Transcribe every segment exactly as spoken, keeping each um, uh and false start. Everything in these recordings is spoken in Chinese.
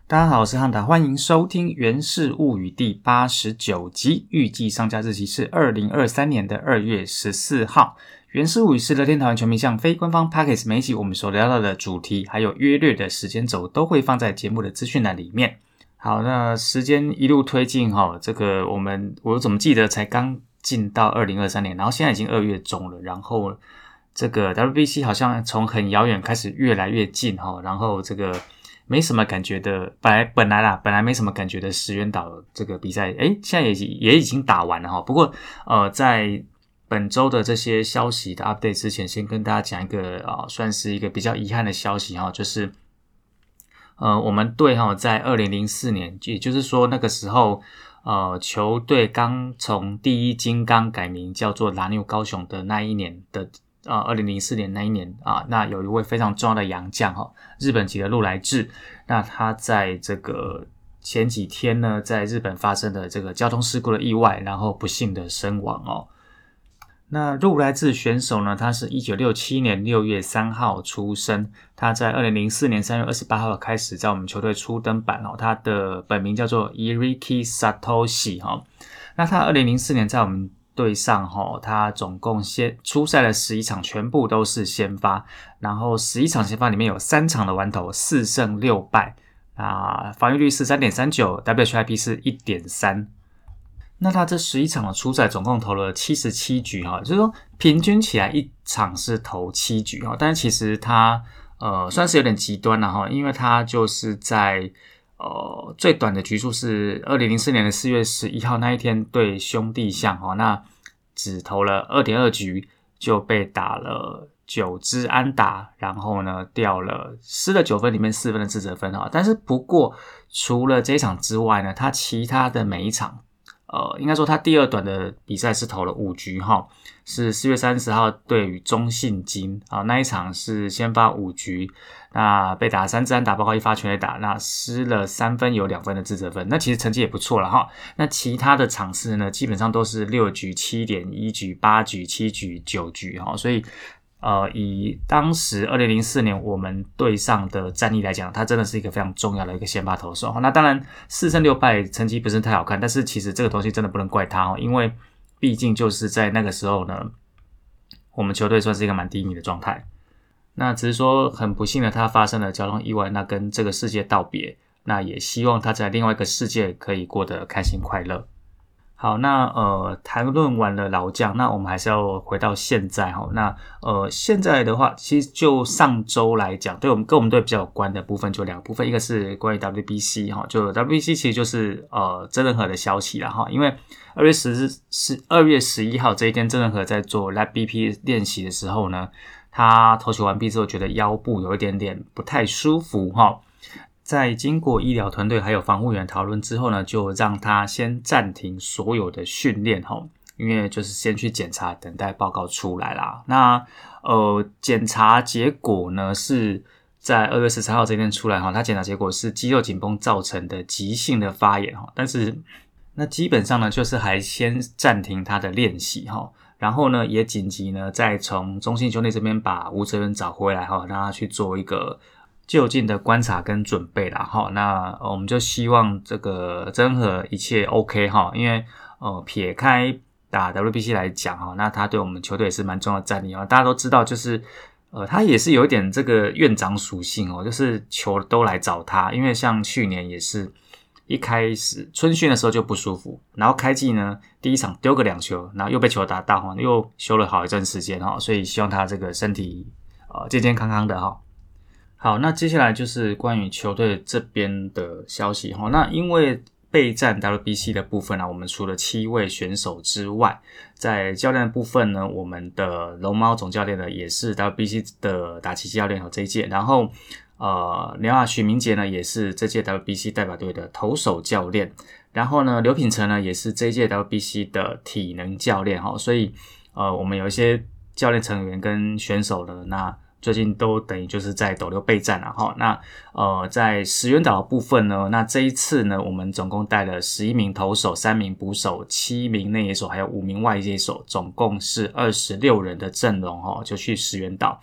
大家好，我是汉达，欢迎收听《源氏物语》第八十九集，预计上架日期是二零二三年的二月十四号。《源氏物语》是乐天桃园全民向非官方 Podcast， 每一集我们所聊到的主题还有约略的时间轴都会放在节目的资讯栏里面。好，那时间一路推进齁，这个我们我怎么记得才刚进到二零二三年，然后现在已经二月中了，然后这个 W B C 好像从很遥远开始越来越近齁，然后这个没什么感觉的，本来本来啦，本来没什么感觉的石原岛这个比赛，诶，现在也也已经打完了齁。不过呃，在本周的这些消息的 update 之前，先跟大家讲一个啊、呃，算是一个比较遗憾的消息齁，就是呃，我们队齁在二零零四年，也就是说那个时候呃，球队刚从第一金刚改名叫做拉纽高雄的那一年的。呃，二零零四年那一年啊，那有一位非常重要的洋将哈，日本籍的鹿来志，那他在这个前几天呢，在日本发生的这个交通事故的意外，然后不幸的身亡哦。那鹿来志选手呢，他是一九六七年六月三号出生，他在二零零四年三月二十八号开始在我们球队初登板哦，他的本名叫做 Iriki Satoshi 哈，那他二零零四年在我们队上齁，他总共先出赛了十一场，全部都是先发，然后十一场先发里面有三场的完投，四胜六败，啊，防御率是 三点三九， W H I P 是 一点三。那他这十一场的出赛总共投了七十七局齁，就是说平均起来一场是投七局齁，但是其实他呃算是有点极端了齁，因为他就是在呃，最短的局数是二零零四年的四月十一号那一天对兄弟象齁，那只投了 二点二局就被打了九支安打，然后呢掉了失了九分，里面四分的自责分齁。但是不过除了这一场之外呢，他其他的每一场呃，应该说他第二短的比赛是投了五局齁，是四月三十号对于中信金啊，那一场是先发五局，那被打三支安打，包括一发全垒打，那失了三分，有两分的自责分，那其实成绩也不错了齁。那其他的场次呢，基本上都是六局、七点一局、八局、七局、九局齁，所以呃，以当时二零零四年我们队上的战力来讲，他真的是一个非常重要的一个先发投手。那当然四胜六败成绩不是太好看，但是其实这个东西真的不能怪他哦，因为毕竟就是在那个时候呢，我们球队算是一个蛮低迷的状态。那只是说很不幸的他发生了交通意外，那跟这个世界道别，那也希望他在另外一个世界可以过得开心快乐。好，那呃谈论完了老将，那我们还是要回到现在齁。那呃现在的话，其实就上周来讲，对我们跟我们队比较有关的部分就两个部分，一个是关于 W B C 齁，就 W B C 其实就是呃曾仁和的消息啦齁，因为二月十是二月十一号这一天，曾仁和在做 Lab B P 练习的时候呢，他投球完毕之后觉得腰部有一点点不太舒服齁。在经过医疗团队还有防护员讨论之后呢，就让他先暂停所有的训练齁，因为就是先去检查，等待报告出来啦。那呃，检查结果呢是在二月十三号这天出来齁，他检查结果是肌肉紧绷造成的急性的发炎齁，但是那基本上呢就是还先暂停他的练习齁，然后呢也紧急呢再从中信兄弟这边把吴哲源找回来齁，让他去做一个就近的观察跟准备啦齁，那我们就希望这个曾仁和一切 OK 齁，因为呃撇开打 W B C 来讲齁，那他对我们球队也是蛮重要的战力齁，大家都知道就是呃他也是有一点这个院长属性哦，就是球都来找他，因为像去年也是一开始春训的时候就不舒服，然后开季呢第一场丢个两球，然后又被球打到齁，又休了好一段时间齁，所以希望他这个身体呃健健康康的齁。好，那接下来就是关于球队这边的消息齁。那因为备战 W B C 的部分啊，我们除了七位选手之外，在教练的部分呢，我们的龙猫总教练呢也是 W B C 的打击教练和这一届，然后呃，刘亚许明杰呢也是这届 W B C 代表队的投手教练，然后呢，刘品成呢也是这一届 W B C 的体能教练齁，所以呃，我们有一些教练成员跟选手呢，那最近都等于就是在斗六备战啦齁。那呃在石原岛的部分呢，那这一次呢我们总共带了十一名投手，三名捕手，七名内野手，还有五名外野手，总共是二十六人的阵容齁，就去石原岛。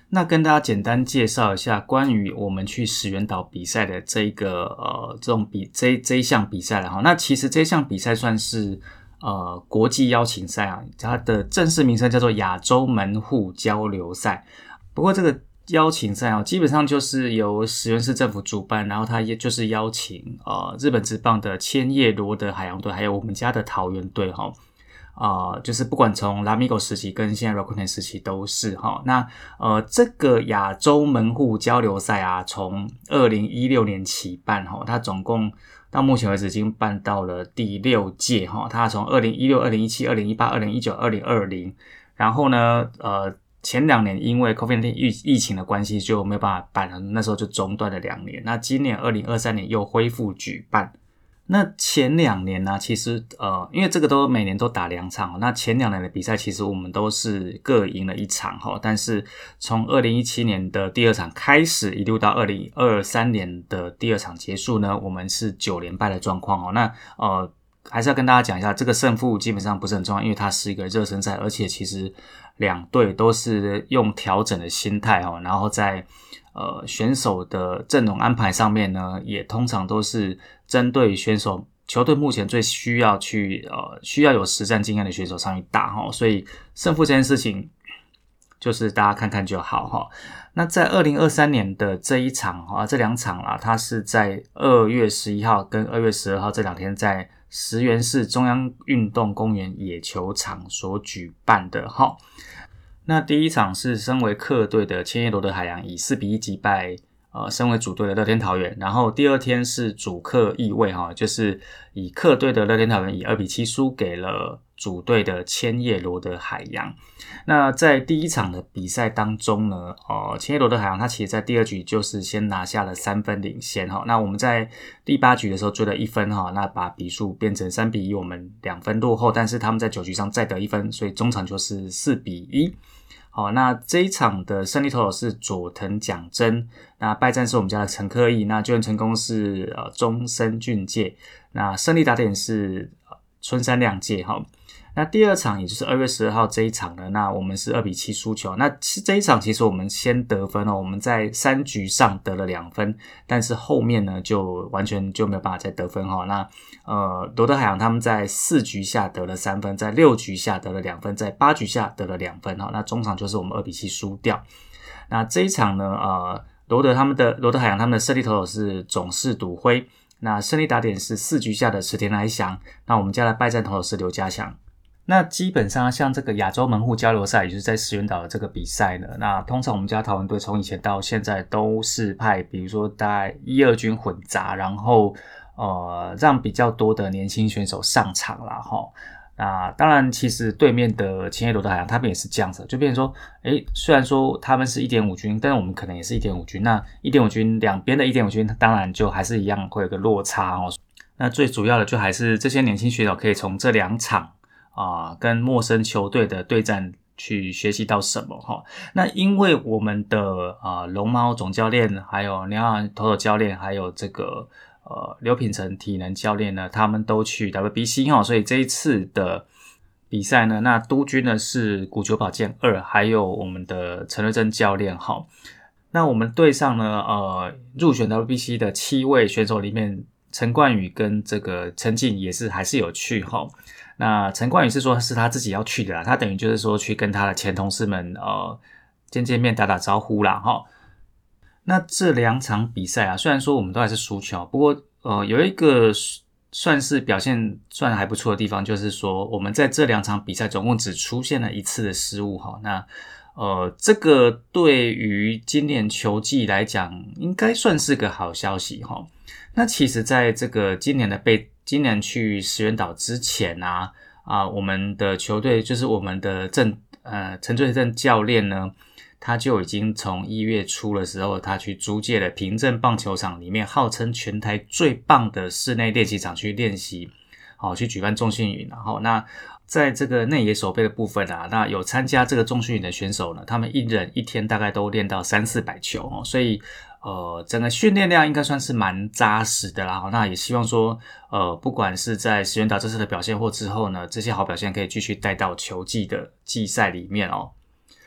那跟大家简单介绍一下关于我们去石原岛比赛的这一个呃这种比这这一项比赛了哈。那其实这一项比赛算是呃国际邀请赛啊，它的正式名称叫做亚洲门户交流赛。不过这个邀请赛啊，基本上就是由石原市政府主办，然后它也就是邀请呃日本职棒的千叶罗德海洋队，还有我们家的桃园队哈。呃，就是不管从拉米狗时期跟现在 Rakuten 时期都是齁。那呃，这个亚洲门户交流赛啊，从二零一六年起办齁，它总共到目前为止已经办到了第六届齁。它从二零一六、二零一七、二零一八、二零一九、二零二零，然后呢，呃，前两年因为 COVID 十九 疫疫情的关系就没有办法办了，那时候就中断了两年。那今年二零二三年又恢复举办。那前两年呢、啊，其实呃，因为这个都每年都打两场，那前两年的比赛其实我们都是各赢了一场哈，但是从二零一七年的第二场开始，一路到二零二三年的第二场结束呢，我们是九连败的状况哦。那呃，还是要跟大家讲一下，这个胜负基本上不是很重要，因为它是一个热身赛，而且其实两队都是用调整的心态哦，然后在呃选手的阵容安排上面呢，也通常都是针对选手球队目前最需要去呃需要有实战经验的选手上去打齁，所以胜负这件事情就是大家看看就好齁。那在二零二三年的这一场啊，这两场啦，它是在二月十一号跟二月十二号这两天在石原市中央运动公园野球场所举办的齁。那第一场是身为客队的千叶罗德海洋以四比一击败呃身为主队的乐天桃园，然后第二天是主客易位齁，就是以客队的乐天桃园以二比七输给了主队的千叶罗德海洋。那在第一场的比赛当中呢，呃，千叶罗德海洋他其实在第二局就是先拿下了三分领先齁。那我们在第八局的时候追了一分齁，那把比数变成三比一，我们两分落后，但是他们在九局上再得一分，所以中场就是四比一。好，那这一场的胜利投手是佐藤奖真，那败战是我们家的陈克义，那救援成功是呃中森俊介，那胜利打点是呃春山亮介哈。那第二场也就是二月十二号这一场呢，那我们是二比七输球。那这一场其实我们先得分哦，我们在三局上得了两分，但是后面呢就完全就没有办法再得分哈。那呃罗德海洋他们在四局下得了三分，在六局下得了两分，在八局下得了两分哈。那中场就是我们二比七输掉。那这一场呢，呃罗德他们的罗德海洋他们的胜利投手是总是笃辉，那胜利打点是四局下的池田来翔，那我们家的败战投手是刘家祥。那基本上像这个亚洲门户交流赛，也就是在石原岛的这个比赛呢，那通常我们家桃园队从以前到现在都是派比如说大概一二军混杂，然后呃让比较多的年轻选手上场啦齁。那当然其实对面的千叶罗德海洋他们也是这样子，就变成说诶虽然说他们是 一点五 军，但是我们可能也是 一点五 军，那 一点五 军两边的 一点五 军当然就还是一样会有个落差齁。那最主要的就还是这些年轻选手可以从这两场啊、呃，跟陌生球队的对战去学习到什么齁？那因为我们的啊、呃、龙猫总教练，还有鸟海投手教练，还有这个呃刘品成体能教练呢，他们都去 W B C 齁，所以这一次的比赛呢，那督军呢是古久保健二，还有我们的陈瑞正教练齁。那我们队上呢，呃入选 W B C 的七位选手里面，陈冠宇跟这个陈静也是还是有去齁。那陈冠宇是说是他自己要去的啦，他等于就是说去跟他的前同事们呃见见面打打招呼啦齁。那这两场比赛啊，虽然说我们都还是输球，不过呃有一个算是表现算还不错的地方，就是说我们在这两场比赛总共只出现了一次的失误齁。那呃这个对于今年球季来讲应该算是个好消息齁。那其实在这个今年的被今年去石原岛之前啊啊我们的球队就是我们的正呃陈瑞正教练呢，他就已经从一月初的时候，他去租借了平镇棒球场里面号称全台最棒的室内练习场去练习，好、哦、去举办重训营。然后那在这个内野守备的部分啊，那有参加这个重训营的选手呢，他们一人一天大概都练到三四百球哦，所以呃整个训练量应该算是蛮扎实的啦。那也希望说呃不管是在石原岛这次的表现或之后呢，这些好表现可以继续带到球季的季赛里面哦。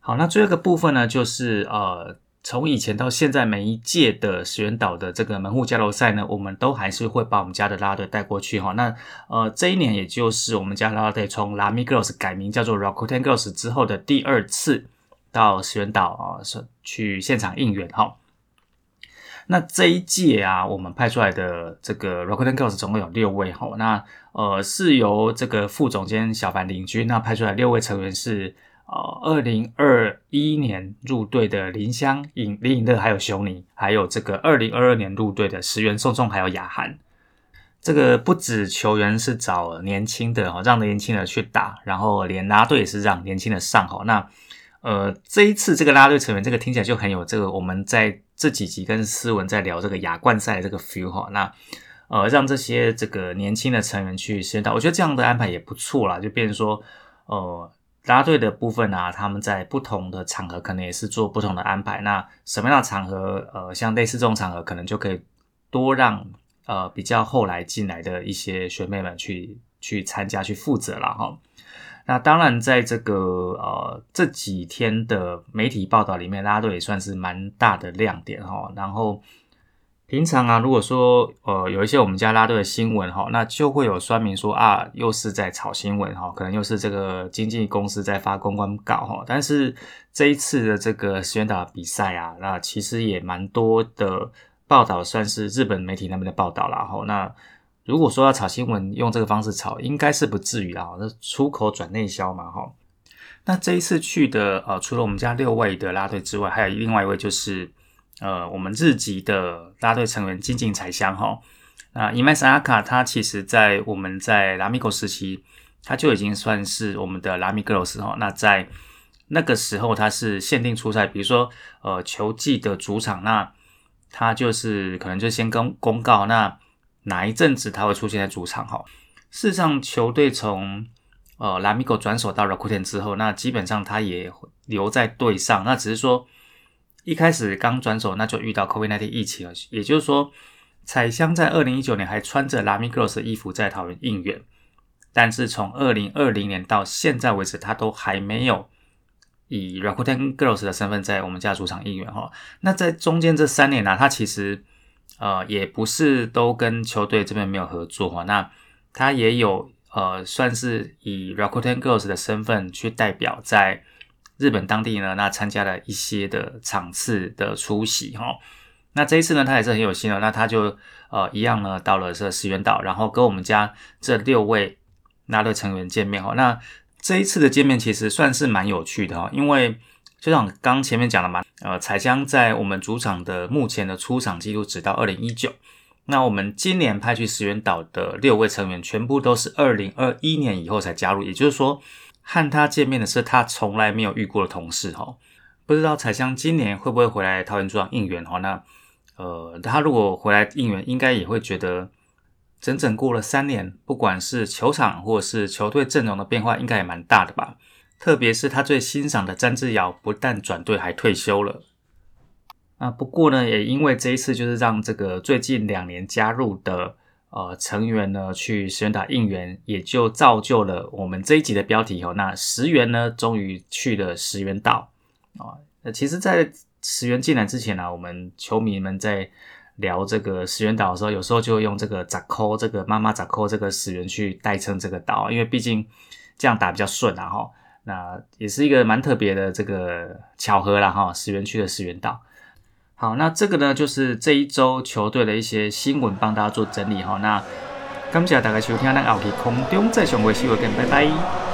好，那最后一个部分呢，就是呃，从以前到现在每一届的石原岛的这个门户交流赛呢，我们都还是会把我们家的啦啦队带过去哈。那呃，这一年也就是我们家啦啦队从 Lamy Girls 改名叫做 Rakuten Girls 之后的第二次到石原岛啊、呃，去现场应援哈。那这一届啊，我们派出来的这个 Rakuten Girls 总共有六位哈。那呃，是由这个副总监小凡领军，那派出来六位成员是。呃，二零二一年入队的林香、尹林尹乐还有熊尼，还有这个二零二二年入队的石原宋仲还有雅涵。这个不止球员是找年轻的，让年轻的去打，然后连啦啦队也是让年轻的上。那呃，这一次这个啦啦队成员，这个听起来就很有这个我们在这几集跟思文在聊这个亚冠赛的这个 feel 那呃，让这些这个年轻的成员去实验到，我觉得这样的安排也不错啦，就变成说呃。啦啦队的部分啊，他们在不同的场合可能也是做不同的安排。那什么样的场合，呃，像类似这种场合，可能就可以多让呃比较后来进来的一些学妹们去去参加、去负责啦齁。那当然，在这个呃这几天的媒体报道里面，啦啦队也算是蛮大的亮点齁。然后。平常啊，如果说呃有一些我们家啦啦队的新闻齁，那就会有酸民说啊，又是在炒新闻齁，可能又是这个经纪公司在发公关稿齁。但是这一次的这个石原岛比赛啊，那其实也蛮多的报道，算是日本媒体那边的报道啦齁。那如果说要炒新闻，用这个方式炒，应该是不至于啦齁，那出口转内销嘛齁。那这一次去的呃，除了我们家六位的啦啦队之外，还有另外一位就是。呃，我们日籍的啦啦队成员金井彩香齁，那今井沙卡他其实在我们在拉米狗时期，他就已经算是我们的拉米 girls 齁。那在那个时候他是限定出赛，比如说呃球季的主场，那他就是可能就先公公告，那哪一阵子他会出现在主场齁。事实上，球队从呃拉米狗转手到 Rakuten 之后，那基本上他也留在队上，那只是说。一开始刚转手，那就遇到 COVID 十九 疫情了，也就是说，彩香在二零一九年还穿着 Lamy Girls 的衣服在桃园应援，但是从二零二零年到现在为止，他都还没有以 Rakuten Girls 的身份在我们家主场应援齁。那在中间这三年啊，他其实呃也不是都跟球队这边没有合作齁，那他也有呃算是以 Rakuten Girls 的身份去代表在。日本当地呢，那参加了一些的场次的出席齁。那这一次呢，他也是很有心的，那他就呃一样呢到了这石原岛，然后跟我们家这六位啦啦队成员见面齁。那这一次的见面其实算是蛮有趣的齁，因为就像刚前面讲的嘛，呃彩香在我们主场的目前的出场记录只到二零一九，那我们今年派去石原岛的六位成员全部都是二零二一年以后才加入，也就是说。和他见面的是他从来没有遇过的同事齁，不知道彩香今年会不会回来桃园主场应援齁？那呃，他如果回来应援，应该也会觉得整整过了三年，不管是球场或是球队阵容的变化，应该也蛮大的吧。特别是他最欣赏的詹之遥，不但转队还退休了。啊，不过呢，也因为这一次就是让这个最近两年加入的。呃，成员呢去石原岛应援，也就造就了我们这一集的标题哦。那石原呢，终于去了石原岛啊。那其实，在石原进来之前呢、啊，我们球迷们在聊这个石原岛的时候，有时候就会用这个扎扣这个妈妈扎扣这个石原去代称这个岛，因为毕竟这样打比较顺啊哈。那也是一个蛮特别的这个巧合啦哈，石原去了石原岛。好，那这个呢，就是这一周球队的一些新闻，帮大家做整理哈。那感谢大家收听，咱后期空中再相会，see you again，拜拜。